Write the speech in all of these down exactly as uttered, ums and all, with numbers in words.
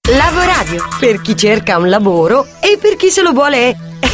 Lavoradio, per chi cerca un lavoro e per chi se lo vuole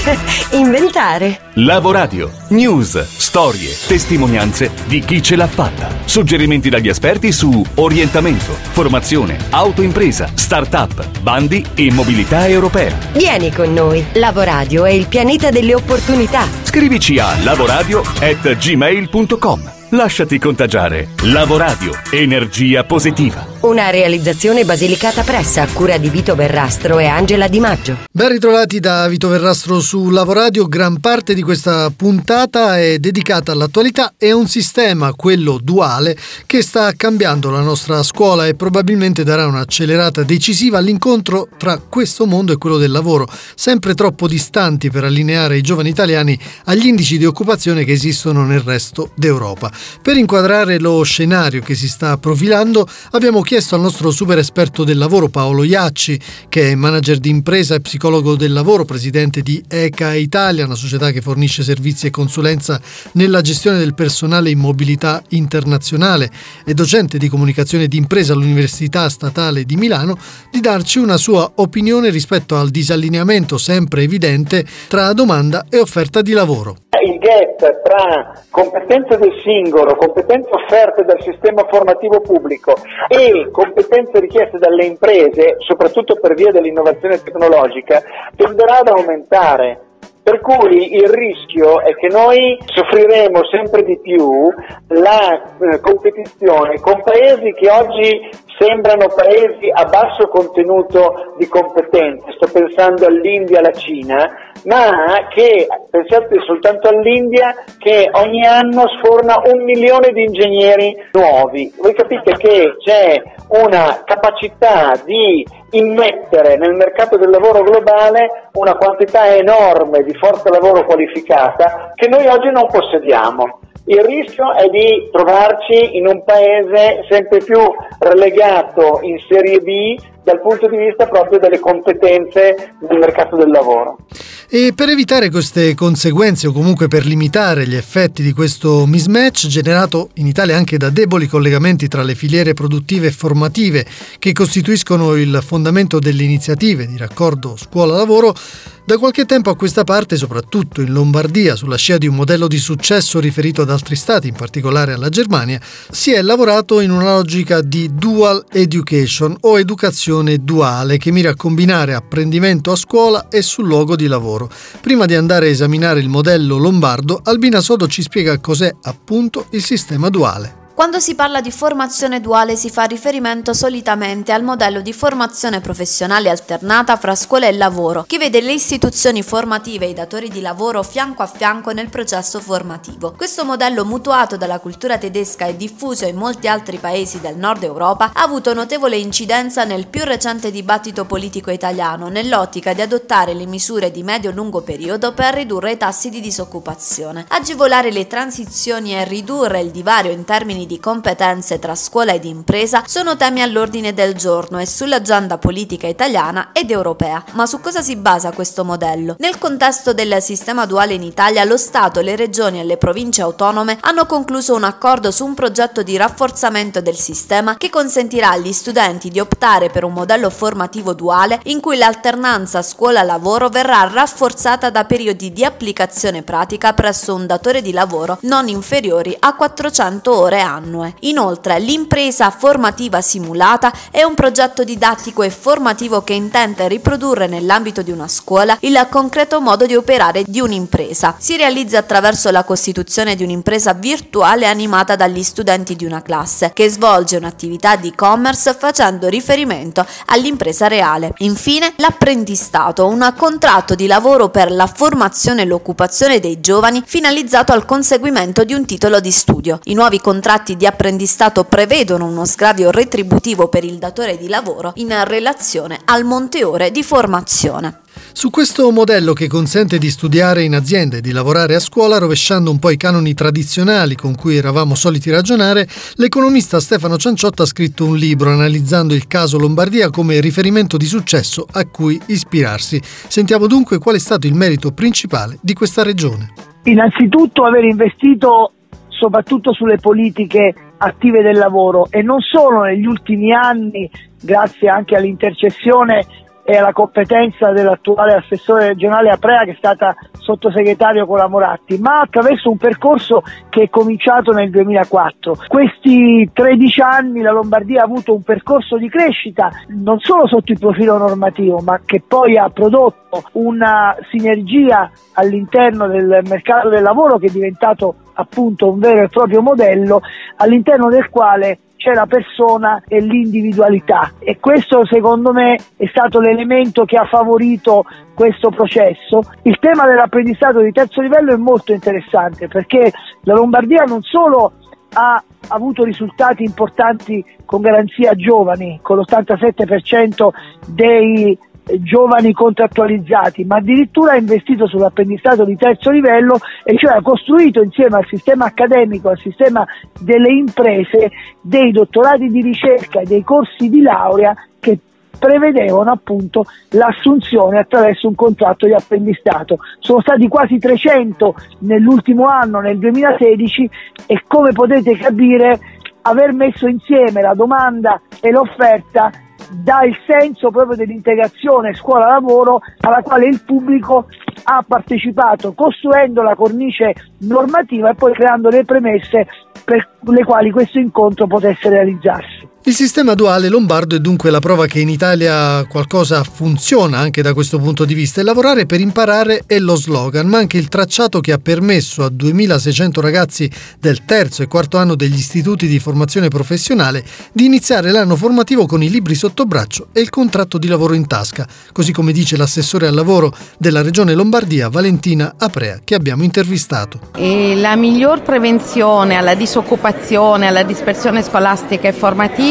inventare. Lavoradio, news, storie, testimonianze di chi ce l'ha fatta. Suggerimenti dagli esperti su orientamento, formazione, autoimpresa, start-up, bandi e mobilità europea. Vieni con noi. Lavoradio è il pianeta delle opportunità. Scrivici a lavoradio at gmail punto com. Lasciati contagiare. Lavoradio, energia positiva. Una realizzazione Basilicata Press a cura di Vito Verrastro e Angela Di Maggio. Ben ritrovati da Vito Verrastro su Lavoradio. Gran parte di questa puntata è dedicata all'attualità e a un sistema, quello duale, che sta cambiando la nostra scuola e probabilmente darà un'accelerata decisiva all'incontro tra questo mondo e quello del lavoro, sempre troppo distanti per allineare i giovani italiani agli indici di occupazione che esistono nel resto d'Europa. Per inquadrare lo scenario che si sta profilando abbiamo chiesto al nostro super esperto del lavoro Paolo Iacci, che è manager di impresa e psicologo del lavoro, presidente di E C A Italia, una società che fornisce servizi e consulenza nella gestione del personale in mobilità internazionale, e docente di comunicazione d'impresa all'Università Statale di Milano, di darci una sua opinione rispetto al disallineamento sempre evidente tra domanda e offerta di lavoro. Il gap tra competenze del singolo, competenze offerte dal sistema formativo pubblico e competenze richieste dalle imprese, soprattutto per via dell'innovazione tecnologica, tenderà ad aumentare. Per cui il rischio è che noi soffriremo sempre di più la eh, competizione con paesi che oggi sembrano paesi a basso contenuto di competenze. Sto pensando all'India, alla Cina, ma che, pensate soltanto all'India, che ogni anno sforna un milione di ingegneri nuovi. Voi capite che c'è una capacità di immettere nel mercato del lavoro globale una quantità enorme di forza lavoro qualificata che noi oggi non possediamo. Il rischio è di trovarci in un paese sempre più relegato in serie B dal punto di vista proprio delle competenze del mercato del lavoro. E per evitare queste conseguenze, o comunque per limitare gli effetti di questo mismatch generato in Italia anche da deboli collegamenti tra le filiere produttive e formative che costituiscono il fondamento delle iniziative di raccordo scuola-lavoro, da qualche tempo a questa parte, soprattutto in Lombardia, sulla scia di un modello di successo riferito ad altri stati, in particolare alla Germania, si è lavorato in una logica di dual education o educazione duale che mira a combinare apprendimento a scuola e sul luogo di lavoro. Prima di andare a esaminare il modello lombardo, Albina Sodo ci spiega cos'è appunto il sistema duale. Quando si parla di formazione duale si fa riferimento solitamente al modello di formazione professionale alternata fra scuola e lavoro, che vede le istituzioni formative e i datori di lavoro fianco a fianco nel processo formativo. Questo modello, mutuato dalla cultura tedesca e diffuso in molti altri paesi del nord Europa, ha avuto notevole incidenza nel più recente dibattito politico italiano, nell'ottica di adottare le misure di medio-lungo periodo per ridurre i tassi di disoccupazione, agevolare le transizioni e ridurre il divario in termini di competenze tra scuola ed impresa sono temi all'ordine del giorno e sull'agenda politica italiana ed europea. Ma su cosa si basa questo modello? Nel contesto del sistema duale in Italia, lo Stato, le regioni e le province autonome hanno concluso un accordo su un progetto di rafforzamento del sistema che consentirà agli studenti di optare per un modello formativo duale in cui l'alternanza scuola-lavoro verrà rafforzata da periodi di applicazione pratica presso un datore di lavoro non inferiori a quattrocento ore annue. Inoltre, l'impresa formativa simulata è un progetto didattico e formativo che intende riprodurre nell'ambito di una scuola il concreto modo di operare di un'impresa. Si realizza attraverso la costituzione di un'impresa virtuale animata dagli studenti di una classe, che svolge un'attività di e-commerce facendo riferimento all'impresa reale. Infine, l'apprendistato, un contratto di lavoro per la formazione e l'occupazione dei giovani finalizzato al conseguimento di un titolo di studio. I nuovi contratti di apprendistato prevedono uno sgravio retributivo per il datore di lavoro in relazione al monte ore di formazione. Su questo modello, che consente di studiare in azienda e di lavorare a scuola rovesciando un po' i canoni tradizionali con cui eravamo soliti ragionare, l'economista Stefano Cianciotta ha scritto un libro analizzando il caso Lombardia come riferimento di successo a cui ispirarsi. Sentiamo dunque qual è stato il merito principale di questa regione. Innanzitutto aver investito soprattutto sulle politiche attive del lavoro, e non solo negli ultimi anni grazie anche all'intercessione e alla competenza dell'attuale assessore regionale Aprea, che è stata sottosegretario con la Moratti, ma attraverso un percorso che è cominciato nel duemilaquattro. Questi tredici anni la Lombardia ha avuto un percorso di crescita non solo sotto il profilo normativo, ma che poi ha prodotto una sinergia all'interno del mercato del lavoro che è diventato appunto un vero e proprio modello, all'interno del quale c'è la persona e l'individualità, e questo secondo me è stato l'elemento che ha favorito questo processo. Il tema dell'apprendistato di terzo livello è molto interessante, perché la Lombardia non solo ha avuto risultati importanti con Garanzia Giovani, con l'ottantasette per cento dei giovani contrattualizzati, ma addirittura ha investito sull'apprendistato di terzo livello, e cioè ha costruito insieme al sistema accademico, al sistema delle imprese, dei dottorati di ricerca e dei corsi di laurea che prevedevano appunto l'assunzione attraverso un contratto di apprendistato. Sono stati quasi trecento nell'ultimo anno, nel duemilasedici, e come potete capire aver messo insieme la domanda e l'offerta dà il senso proprio dell'integrazione scuola-lavoro, alla quale il pubblico ha partecipato, costruendo la cornice normativa e poi creando le premesse per le quali questo incontro potesse realizzarsi. Il sistema duale lombardo è dunque la prova che in Italia qualcosa funziona anche da questo punto di vista, e lavorare per imparare è lo slogan, ma anche il tracciato che ha permesso a duemilaseicento ragazzi del terzo e quarto anno degli istituti di formazione professionale di iniziare l'anno formativo con i libri sotto braccio e il contratto di lavoro in tasca, così come dice l'assessore al lavoro della Regione Lombardia, Valentina Aprea, che abbiamo intervistato. E la miglior prevenzione alla disoccupazione, alla dispersione scolastica e formativa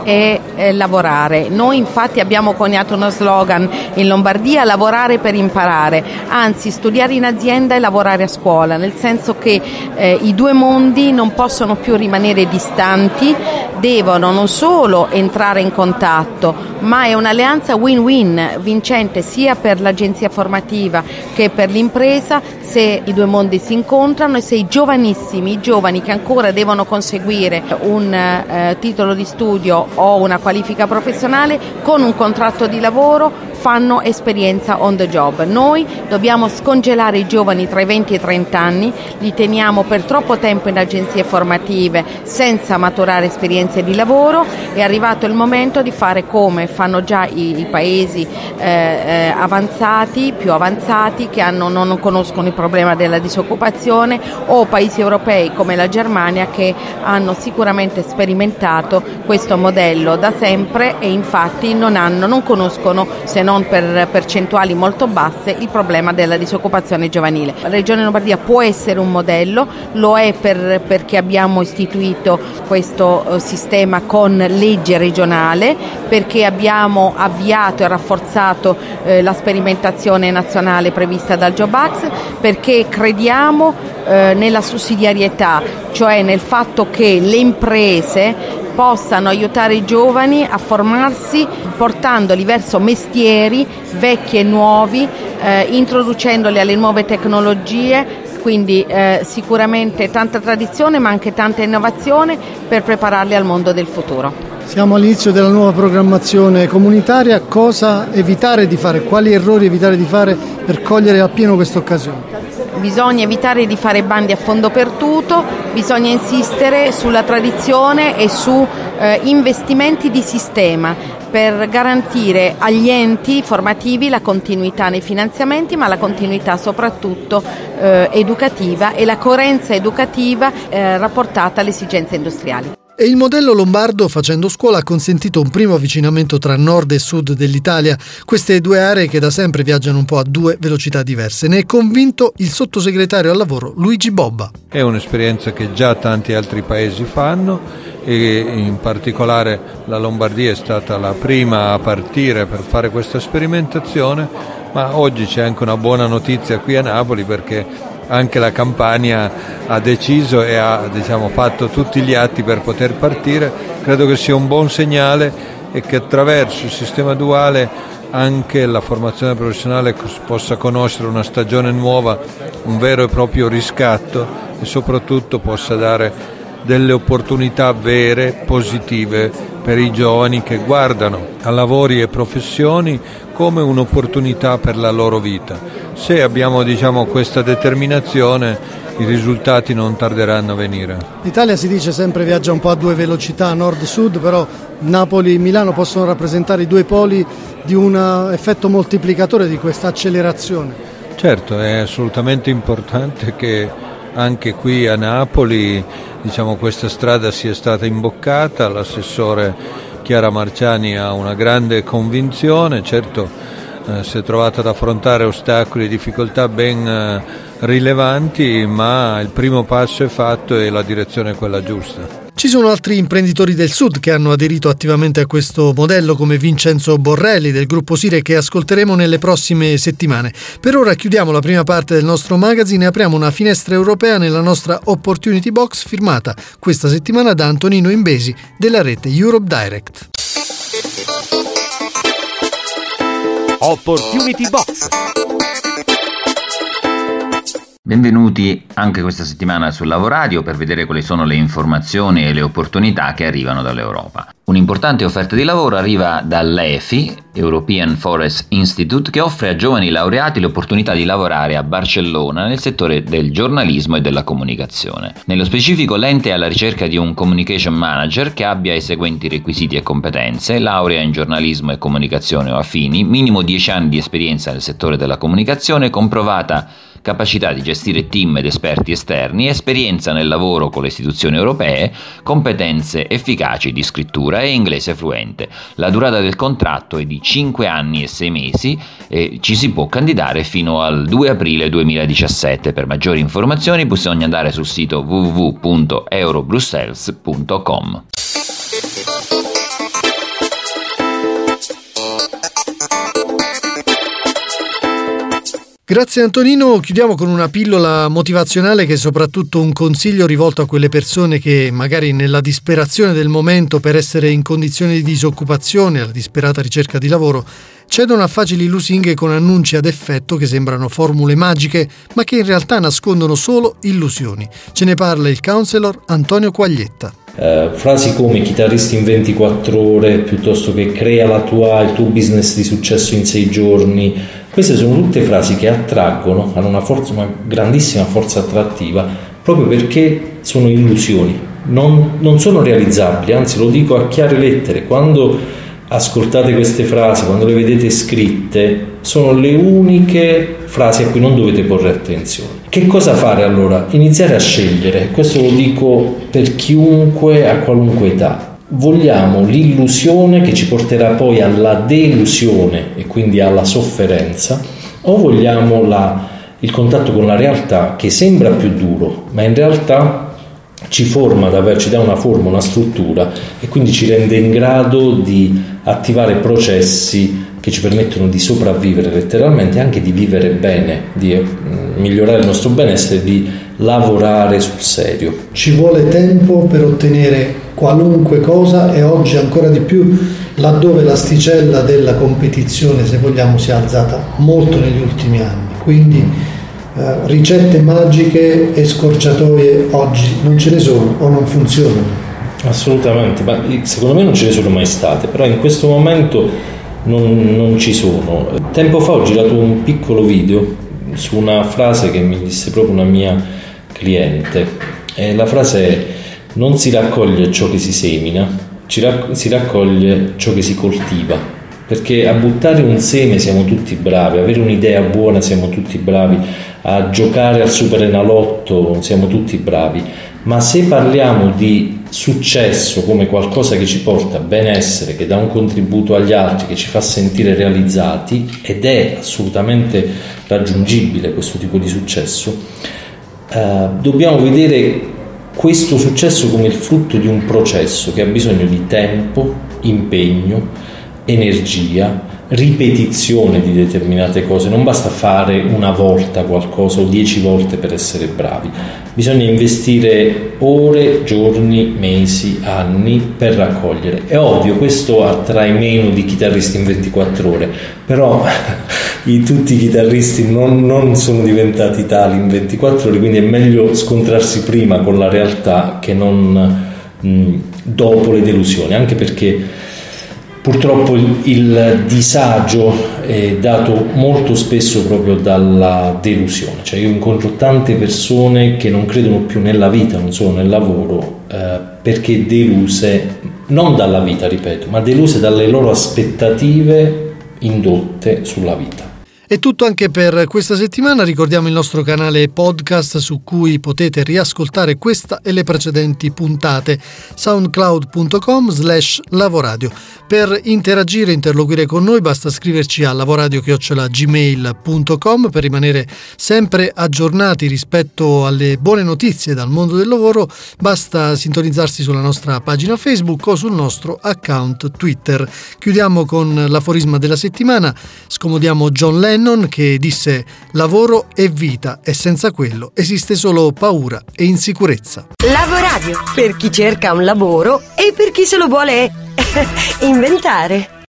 è eh, lavorare. Noi infatti abbiamo coniato uno slogan in Lombardia: lavorare per imparare, anzi studiare in azienda e lavorare a scuola, nel senso che eh, i due mondi non possono più rimanere distanti, devono non solo entrare in contatto, ma è un'alleanza win-win, vincente sia per l'agenzia formativa che per l'impresa, se i due mondi si incontrano e se i giovanissimi, i giovani che ancora devono conseguire un eh, titolo di studio o una qualifica professionale, con un contratto di lavoro fanno esperienza on the job. Noi dobbiamo scongelare i giovani tra i venti e i trenta anni, li teniamo per troppo tempo in agenzie formative senza maturare esperienze di lavoro. È arrivato il momento di fare come fanno già i, i paesi eh, eh, avanzati, più avanzati, che hanno, non conoscono il problema della disoccupazione, o paesi europei come la Germania, che hanno sicuramente sperimentato questo modello da sempre e infatti non hanno, non conoscono, se non per percentuali molto basse, il problema della disoccupazione giovanile. La Regione Lombardia può essere un modello, lo è per, perché abbiamo istituito questo uh, sistema con legge regionale, perché abbiamo avviato e rafforzato eh, la sperimentazione nazionale prevista dal Job Act, perché crediamo eh, nella sussidiarietà, cioè nel fatto che le imprese possano aiutare i giovani a formarsi portandoli verso mestieri vecchi e nuovi, eh, introducendoli alle nuove tecnologie, quindi eh, sicuramente tanta tradizione ma anche tanta innovazione per prepararli al mondo del futuro. Siamo all'inizio della nuova programmazione comunitaria, cosa evitare di fare, quali errori evitare di fare per cogliere appieno questa occasione? Bisogna evitare di fare bandi a fondo perduto, bisogna insistere sulla tradizione e su eh, investimenti di sistema per garantire agli enti formativi la continuità nei finanziamenti, ma la continuità soprattutto eh, educativa e la coerenza educativa eh, rapportata alle esigenze industriali. E il modello lombardo Facendo Scuola ha consentito un primo avvicinamento tra nord e sud dell'Italia, queste due aree che da sempre viaggiano un po' a due velocità diverse. Ne è convinto il sottosegretario al lavoro Luigi Bobba. È un'esperienza che già tanti altri paesi fanno e in particolare la Lombardia è stata la prima a partire per fare questa sperimentazione, ma oggi c'è anche una buona notizia qui a Napoli, perché anche la Campania ha deciso e ha diciamo, fatto tutti gli atti per poter partire. Credo che sia un buon segnale e che attraverso il sistema duale anche la formazione professionale possa conoscere una stagione nuova, un vero e proprio riscatto, e soprattutto possa dare delle opportunità vere, positive per i giovani che guardano a lavori e professioni come un'opportunità per la loro vita. Se abbiamo, diciamo, questa determinazione, i risultati non tarderanno a venire. L'Italia, si dice, sempre viaggia un po' a due velocità, nord-sud, però Napoli e Milano possono rappresentare i due poli di un effetto moltiplicatore di questa accelerazione. Certo, è assolutamente importante che anche qui a Napoli, diciamo, questa strada sia stata imboccata. L'assessore Chiara Marciani ha una grande convinzione, certo eh, si è trovata ad affrontare ostacoli e difficoltà ben eh, rilevanti, ma il primo passo è fatto e la direzione è quella giusta. Ci sono altri imprenditori del Sud che hanno aderito attivamente a questo modello, come Vincenzo Borrelli del gruppo Sire, che ascolteremo nelle prossime settimane. Per ora chiudiamo la prima parte del nostro magazine e apriamo una finestra europea nella nostra Opportunity Box, firmata questa settimana da Antonino Imbesi della rete Europe Direct. Opportunity Box. Benvenuti anche questa settimana su Lavoradio per vedere quali sono le informazioni e le opportunità che arrivano dall'Europa. Un'importante offerta di lavoro arriva dall'E F I, European Forest Institute, che offre a giovani laureati l'opportunità di lavorare a Barcellona nel settore del giornalismo e della comunicazione. Nello specifico, l'ente è alla ricerca di un communication manager che abbia i seguenti requisiti e competenze: laurea in giornalismo e comunicazione o affini, minimo dieci anni di esperienza nel settore della comunicazione, comprovata capacità di gestire team ed esperti esterni, esperienza nel lavoro con le istituzioni europee, competenze efficaci di scrittura e inglese fluente. La durata del contratto è di cinque anni e sei mesi e ci si può candidare fino al due aprile duemiladiciassette. Per maggiori informazioni bisogna andare sul sito w w w punto eurobrussels punto com. Grazie Antonino, chiudiamo con una pillola motivazionale che è soprattutto un consiglio rivolto a quelle persone che magari nella disperazione del momento per essere in condizioni di disoccupazione, alla disperata ricerca di lavoro, cedono a facili lusinghe con annunci ad effetto che sembrano formule magiche ma che in realtà nascondono solo illusioni. Ce ne parla il counselor Antonio Quaglietta. Uh, frasi come chitarristi in ventiquattro ore piuttosto che crea la tua, il tuo business di successo in sei giorni, queste sono tutte frasi che attraggono, hanno una, forza, una grandissima forza attrattiva proprio perché sono illusioni, non, non sono realizzabili, anzi lo dico a chiare lettere. Quando ascoltate queste frasi, quando le vedete scritte, sono le uniche frasi a cui non dovete porre attenzione. Che cosa fare allora? Iniziare a scegliere, questo lo dico per chiunque a qualunque età. Vogliamo l'illusione che ci porterà poi alla delusione e quindi alla sofferenza, o vogliamo la, il contatto con la realtà che sembra più duro, ma in realtà ci forma davvero, ci dà una forma, una struttura e quindi ci rende in grado di attivare processi che ci permettono di sopravvivere letteralmente e anche di vivere bene, di migliorare il nostro benessere, di lavorare sul serio. Ci vuole tempo per ottenere qualunque cosa e oggi ancora di più laddove l'asticella della competizione, se vogliamo, si è alzata molto negli ultimi anni. Quindi eh, ricette magiche e scorciatoie oggi non ce ne sono o non funzionano. Assolutamente, ma secondo me non ce ne sono mai state, però in questo momento non, non ci sono. Tempo fa ho girato un piccolo video su una frase che mi disse proprio una mia cliente, e la frase è: non si raccoglie ciò che si semina, ci rac- si raccoglie ciò che si coltiva, perché a buttare un seme siamo tutti bravi, a avere un'idea buona siamo tutti bravi, a giocare al Superenalotto siamo tutti bravi, ma se parliamo di successo come qualcosa che ci porta benessere, che dà un contributo agli altri, che ci fa sentire realizzati, ed è assolutamente raggiungibile questo tipo di successo, eh, dobbiamo vedere questo successo come il frutto di un processo che ha bisogno di tempo, impegno energia, ripetizione di determinate cose. Non basta fare una volta qualcosa o dieci volte per essere bravi, bisogna investire ore, giorni, mesi, anni per raccogliere. È ovvio, questo attrae meno di chitarristi in ventiquattro ore, però i, tutti i chitarristi non, non sono diventati tali in ventiquattro ore, quindi è meglio scontrarsi prima con la realtà che non mh, dopo le delusioni, anche perché purtroppo il, il disagio è dato molto spesso proprio dalla delusione. Cioè io incontro tante persone che non credono più nella vita, non solo nel lavoro, eh, perché deluse non dalla vita, ripeto, ma deluse dalle loro aspettative indotte sulla vita. È tutto anche per questa settimana. Ricordiamo il nostro canale podcast su cui potete riascoltare questa e le precedenti puntate, soundcloud.com slash lavoradio. Per interagire e interloquire con noi basta scriverci a lavoradio chiocciola gmail punto com. Per rimanere sempre aggiornati rispetto alle buone notizie dal mondo del lavoro basta sintonizzarsi sulla nostra pagina Facebook o sul nostro account Twitter. Chiudiamo con l'aforisma della settimana. Scomodiamo John Lennon che disse: lavoro è vita e senza quello esiste solo paura e insicurezza. Lavoradio, per chi cerca un lavoro e per chi se lo vuole inventare.